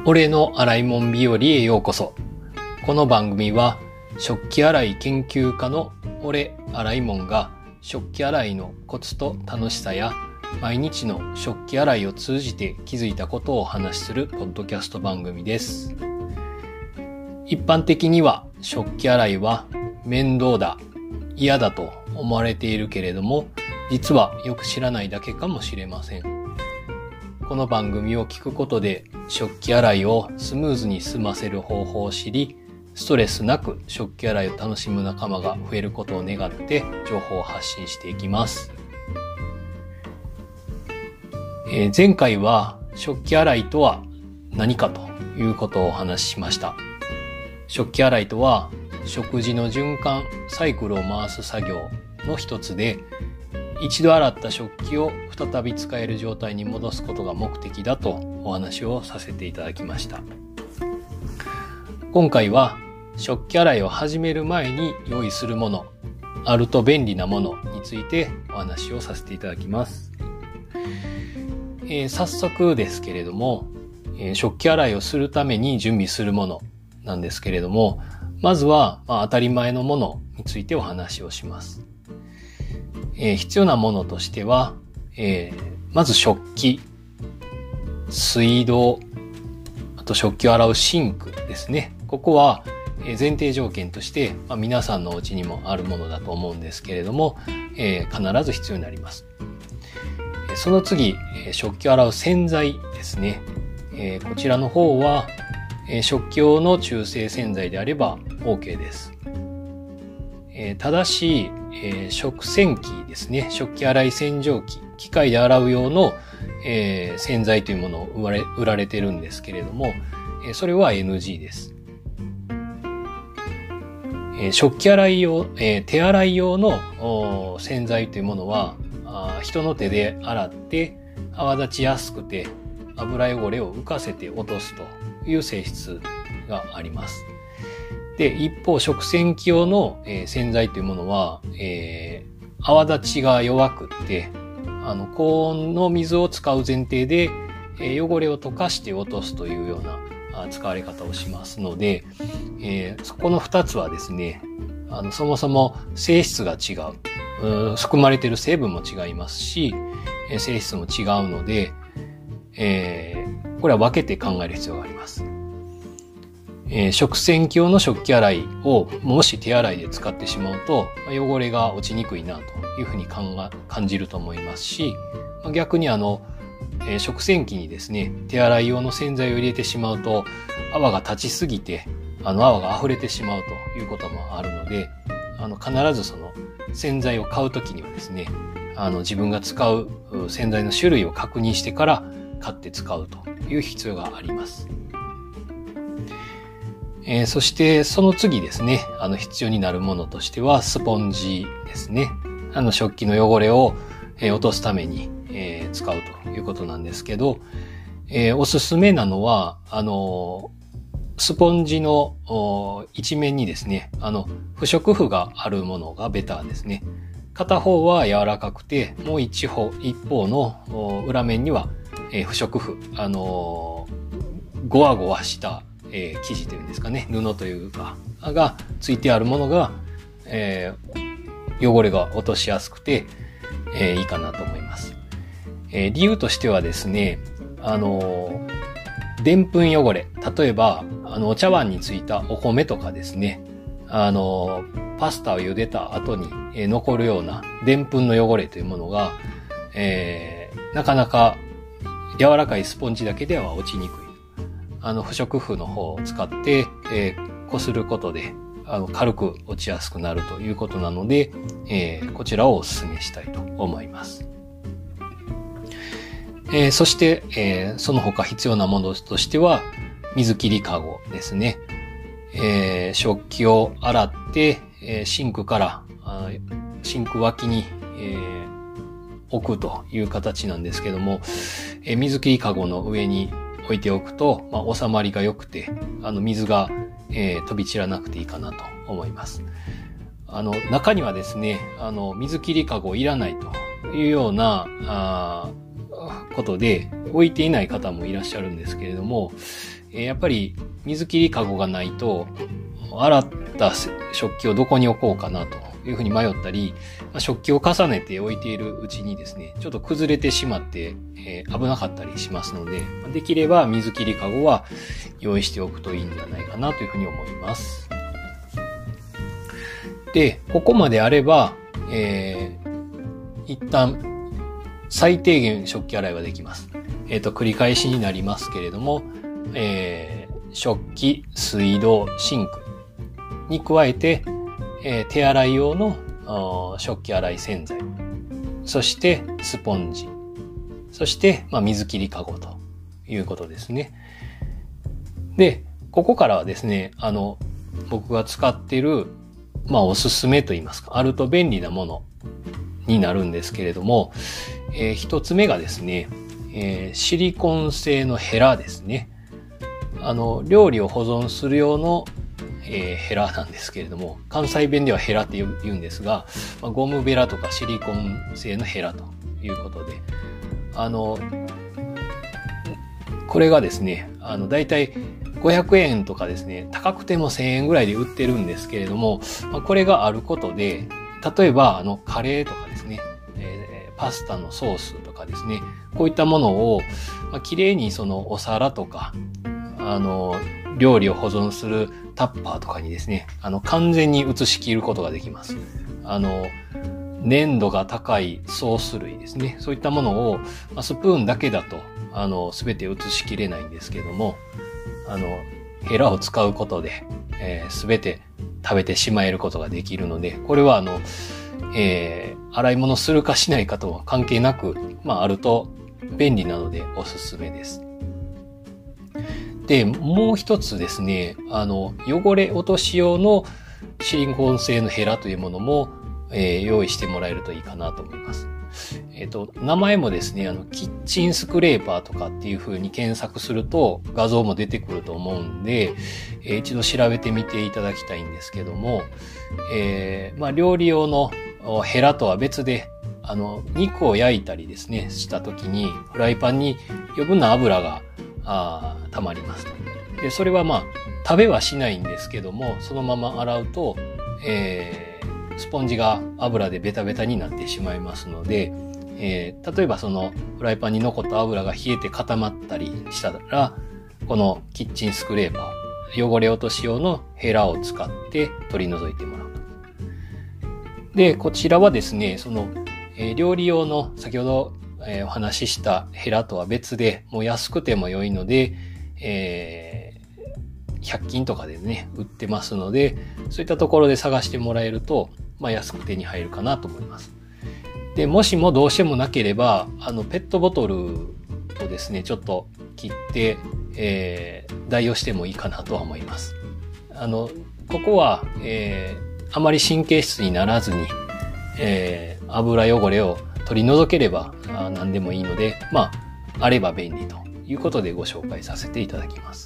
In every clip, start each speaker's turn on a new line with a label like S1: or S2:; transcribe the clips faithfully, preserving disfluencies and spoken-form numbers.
S1: 俺の洗い物日和へようこそ。この番組は食器洗い研究家の俺洗い物が食器洗いのコツと楽しさや毎日の食器洗いを通じて気づいたことをお話しするポッドキャスト番組です。一般的には食器洗いは面倒だ、嫌だと思われているけれども、実はよく知らないだけかもしれません。この番組を聞くことで食器洗いをスムーズに済ませる方法を知り、ストレスなく食器洗いを楽しむ仲間が増えることを願って情報を発信していきます。えー、前回は食器洗いとは何かということをお話ししました。食器洗いとは食事の循環、サイクルを回す作業の一つで、一度洗った食器を再び使える状態に戻すことが目的だとお話をさせていただきました。今回は食器洗いを始める前に用意するもの、あると便利なものについてお話をさせていただきます。えー、早速ですけれども、えー、食器洗いをするために準備するものなんですけれども、まずは、まあ、当たり前のものについてお話をします。えー、必要なものとしては、えー、まず食器、水道、あと食器を洗うシンクですね。ここは前提条件として、まあ、皆さんのお家にもあるものだと思うんですけれども、えー、必ず必要になります。その次、食器を洗う洗剤ですね。えー、こちらの方は、食器用の中性洗剤であれば OK です。えー、ただし、えー、食洗機ですね。食器洗い洗浄機、機械で洗う用の、えー、洗剤というものを売られ、売られてるんですけれども、えー、それは エヌジー です。えー、食器洗い用、えー、手洗い用の洗剤というものはあ、人の手で洗って泡立ちやすくて油汚れを浮かせて落とすという性質があります。で、一方、食洗機用の、えー、洗剤というものは、えー、泡立ちが弱くって、あの、高温の水を使う前提で、えー、汚れを溶かして落とすというようなあ使われ方をしますので、えー、そこの二つはですね、あの、そもそも性質が違う。う含まれている成分も違いますし、えー、性質も違うので、えー、これは分けて考える必要があります。えー、食洗機用の食器洗いをもし手洗いで使ってしまうと汚れが落ちにくいなというふうに感じると思いますし、逆にあの、えー、食洗機にですね、手洗い用の洗剤を入れてしまうと泡が立ちすぎてあの泡が溢れてしまうということもあるので、あの必ずその洗剤を買うときにはですね、あの自分が使う洗剤の種類を確認してから買って使うという必要があります。えー、そしてその次ですね、あの必要になるものとしてはスポンジですね。あの食器の汚れを、えー、落とすために、えー、使うということなんですけど、えー、おすすめなのはあのスポンジの一面にですね、あの不織布があるものがベターですね。片方は柔らかくて、もう一方一方の裏面には、えー、不織布、あのー、ゴワゴワしたえー、生地というんですかね、布というかがついてあるものが、えー、汚れが落としやすくて、えー、いいかなと思います。えー、理由としてはですね、あのでんぷん汚れ、例えばあのお茶碗についたお米とかですね、あのパスタを茹でた後に、えー、残るようなでんぷんの汚れというものが、えー、なかなか柔らかいスポンジだけでは落ちにくい。あの不織布の方を使って、えー、こすることであの軽く落ちやすくなるということなので、えー、こちらをお勧めしたいと思います。えー、そして、えー、その他必要なものとしては水切りかごですね。えー、食器を洗って、えー、シンクからシンク脇に、えー、置くという形なんですけども、えー、水切りかごの上に置いておくと、まあ、収まりが良くて、あの水が、えー、飛び散らなくていいかなと思います。あの中にはですね、あの水切りかごいらないというようなあことで置いていない方もいらっしゃるんですけれども、やっぱり水切りかごがないと、洗った食器をどこに置こうかなというふうに迷ったり、食器を重ねて置いているうちにですね、ちょっと崩れてしまって、えー、危なかったりしますので、できれば水切りかごは用意しておくといいんじゃないかなというふうに思います。で、ここまであれば、えー、一旦最低限食器洗いはできます。えっと、繰り返しになりますけれども、えー、食器、水道、シンクに加えて、えー、手洗い用の食器洗い洗剤、そしてスポンジ、そして、まあ、水切りかごということですね。で、ここからはですね、あの、僕が使っている、まあ、おすすめと言いますか、あると便利なものになるんですけれども、えー、一つ目がですね、えー、シリコン製のヘラですね。あの、料理を保存する用の、えー、ヘラなんですけれども、関西弁ではヘラって言うんですが、まあ、ゴムベラとかシリコン製のヘラということで、あの、これがですね、あの、だいたいごひゃくえんとかですね、高くてもせんえんぐらいで売ってるんですけれども、まあ、これがあることで、例えば、あの、カレーとかですね、えー、パスタのソースとかですね、こういったものを、まあ、綺麗にそのお皿とか、あの、料理を保存するタッパーとかにですね、あの、完全に移し切ることができます。あの、粘度が高いソース類ですね。そういったものを、まあ、スプーンだけだと、あの、すべて移し切れないんですけども、あの、ヘラを使うことで、えー、すべて食べてしまえることができるので、これはあの、えー、洗い物するかしないかとは関係なく、まあ、あると便利なのでおすすめです。で、もう一つですね、あの、汚れ落とし用のシリコン製のヘラというものも、えー、用意してもらえるといいかなと思います。えっと、名前もですね、あの、キッチンスクレーパーとかっていう風に検索すると画像も出てくると思うんで、えー、一度調べてみていただきたいんですけども、えー、まあ、料理用のヘラとは別で、あの、肉を焼いたりですね、した時に、フライパンに余分な油が、あ溜まりますと。で、それはまあ、食べはしないんですけども、そのまま洗うと、えー、スポンジが油でベタベタになってしまいますので、えー、例えばそのフライパンに残った油が冷えて固まったりしたら、このキッチンスクレーパー、汚れ落とし用のヘラを使って取り除いてもらうと。で、こちらはですね、その、えー、料理用の先ほど、えー、お話ししたヘラとは別で、もう安くても良いので、えー、ひゃく均とかでね、売ってますので、そういったところで探してもらえると、まあ安く手に入るかなと思います。で、もしもどうしてもなければ、あの、ペットボトルをですね、ちょっと切って、えー、代用してもいいかなとは思います。あの、ここは、えー、あまり神経質にならずに、えー、油汚れを取り除ければあ何でもいいので、まあ、あれば便利ということでご紹介させていただきます。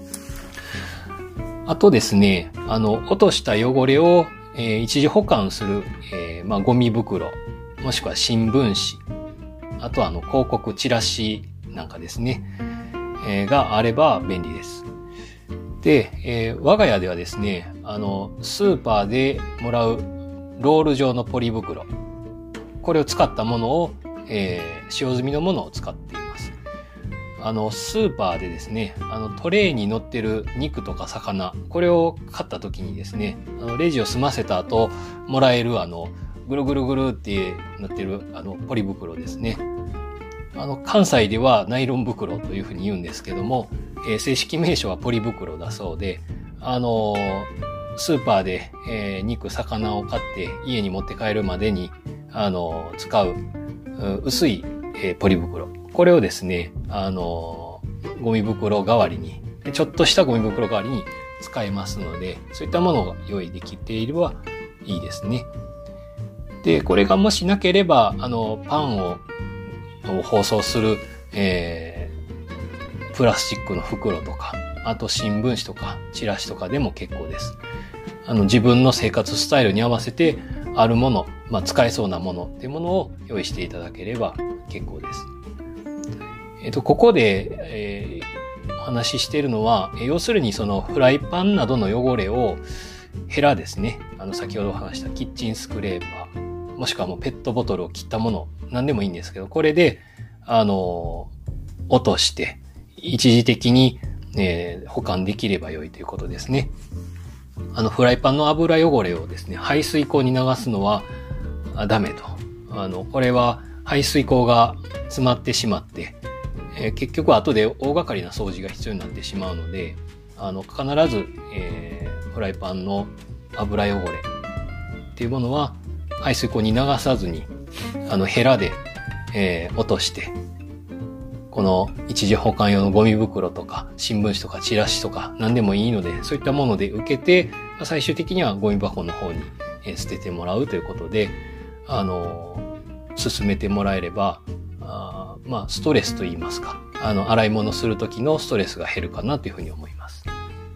S1: あとですね、あの、落とした汚れを、えー、一時保管する、えー、まあ、ゴミ袋、もしくは新聞紙、あとはあの、広告、チラシなんかですね、えー、があれば便利です。で、えー、我が家ではですね、あの、スーパーでもらうロール状のポリ袋、これを使ったものを、えー、使用済みのものを使っています。あの、スーパーでですね、あの、トレイに乗ってる肉とか魚、これを買った時にですね、あのレジを済ませた後、もらえるあの、ぐるぐるぐるってなってるあの、ポリ袋ですね。あの、関西ではナイロン袋というふうに言うんですけども、えー、正式名称はポリ袋だそうで、あのー、スーパーで、えー、肉、魚を買って家に持って帰るまでに、あのー、使う、う薄い、えー、ポリ袋。これをですね、あのー、ゴミ袋代わりに、ちょっとしたゴミ袋代わりに使えますので、そういったものが用意できていればいいですね。で、これがもしなければ、あの、パンを包装する、えー、プラスチックの袋とか、あと新聞紙とか、チラシとかでも結構です。あの、自分の生活スタイルに合わせて、あるもの、まあ、使えそうなものっていうものを用意していただければ結構です。 えっと、ここで、えー、お話ししているのは、要するにそのフライパンなどの汚れをヘラですね。あの、先ほどお話したキッチンスクレーパー、もしくはもうペットボトルを切ったもの、何でもいいんですけど、これで、あの、落として、一時的に、えー、保管できれば良いということですね。あの、フライパンの油汚れをですね、排水口に流すのはダメと。あの、これは排水口が詰まってしまって、えー、結局後で大掛かりな掃除が必要になってしまうので、あの、必ず、えー、フライパンの油汚れっていうものは排水口に流さずに、あの、ヘラで、えー、落として、この一時保管用のゴミ袋とか新聞紙とかチラシとか何でもいいので、そういったもので受けて、最終的にはゴミ箱の方に捨ててもらうということで、あの、進めてもらえれば、あまあ、ストレスと言いますか、あの、洗い物するときのストレスが減るかなというふうに思います。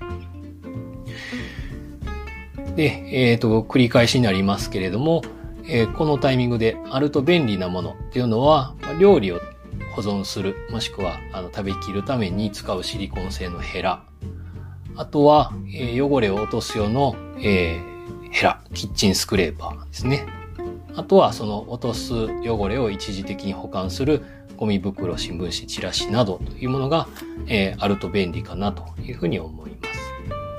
S1: で、えっと、繰り返しになりますけれども、えー、このタイミングであると便利なものっていうのは、料理を保存する、もしくはあの食べきるために使うシリコン製のヘラ。あとは、えー、汚れを落とす用の、えー、ヘラ、キッチンスクレーパーですね。あとはその落とす汚れを一時的に保管するゴミ袋、新聞紙、チラシなどというものが、えー、あると便利かなというふうに思います。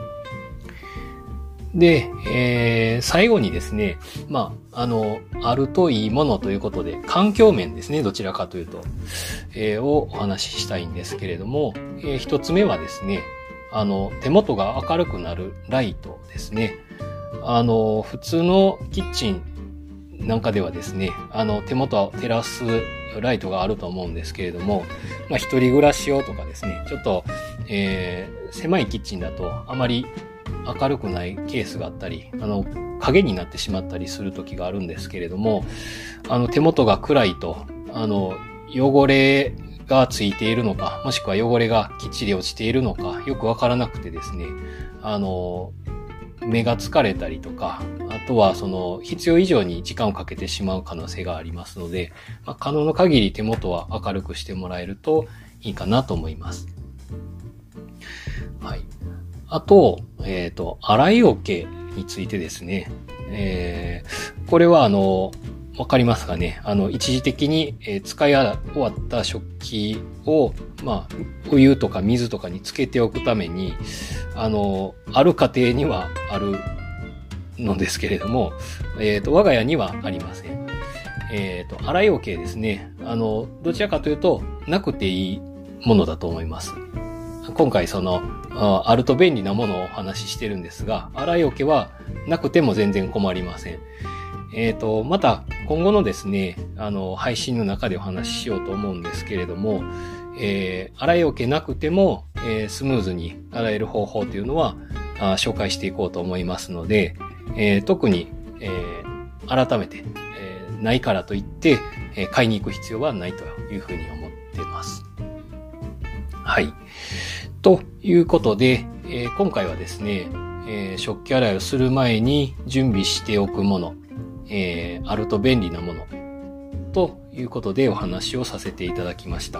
S1: で、えー、最後にですね、まあ、あの、あるといいものということで、環境面ですね、どちらかというと、えー、をお話ししたいんですけれども、えー、一つ目はですね、あの、手元が明るくなるライトですね。あの、普通のキッチンなんかではですね、あの、手元を照らすライトがあると思うんですけれども、まあ、一人暮らし用とかですね、ちょっと、えー、狭いキッチンだとあまり明るくないケースがあったり、あの、影になってしまったりする時があるんですけれども、あの、手元が暗いと、あの、汚れがついているのか、もしくは汚れがきっちり落ちているのか、よくわからなくてですね、あの、目が疲れたりとか、あとはその、必要以上に時間をかけてしまう可能性がありますので、まあ、可能の限り手元は明るくしてもらえるといいかなと思います。はい。あと、えっと、洗い桶についてですね、えー、これはあの、わかりますかね。あの、一時的に使い終わった食器を、まあ、お湯とか水とかにつけておくために、あの、ある家庭にはあるのですけれども、えっと、我が家にはありません。えっと、洗い桶ですね。あの、どちらかというと、なくていいものだと思います。今回その、あ, あると便利なものをお話ししてるんですが、洗い桶はなくても全然困りません。えっと、また今後のですね、あの、配信の中でお話ししようと思うんですけれども、えー、洗い桶なくても、えー、スムーズに洗える方法というのはあ紹介していこうと思いますので、えー、特に、えー、改めて、えー、ないからといって、えー、買いに行く必要はないというふうに思っています。はい。ということで、えー、今回はですね、えー、食器洗いをする前に準備しておくもの、えー、あると便利なものということでお話をさせていただきました。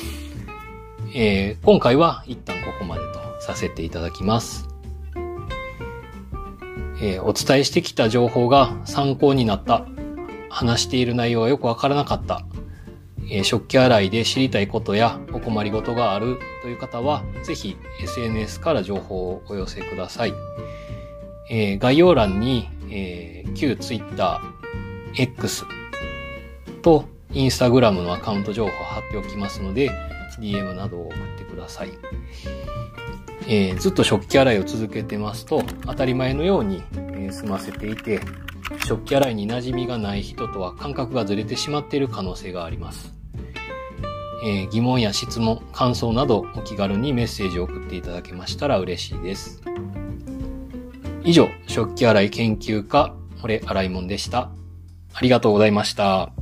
S1: えー、今回は一旦ここまでとさせていただきます。えー、お伝えしてきた情報が参考になった、話している内容がよくわからなかった、えー、食器洗いで知りたいことやお困りごとがあるという方は、ぜひ エスエヌエス から情報をお寄せください。えー、概要欄に、えー、旧 Twitter、X と Instagram のアカウント情報を貼っておきますので、ディーエム などを送ってください。えー、ずっと食器洗いを続けてますと、当たり前のように、えー、済ませていて、食器洗いに馴染みがない人とは感覚がずれてしまっている可能性があります。えー、疑問や質問、感想などお気軽にメッセージを送っていただけましたら嬉しいです。以上、食器洗い研究家、俺洗いもんでした。ありがとうございました。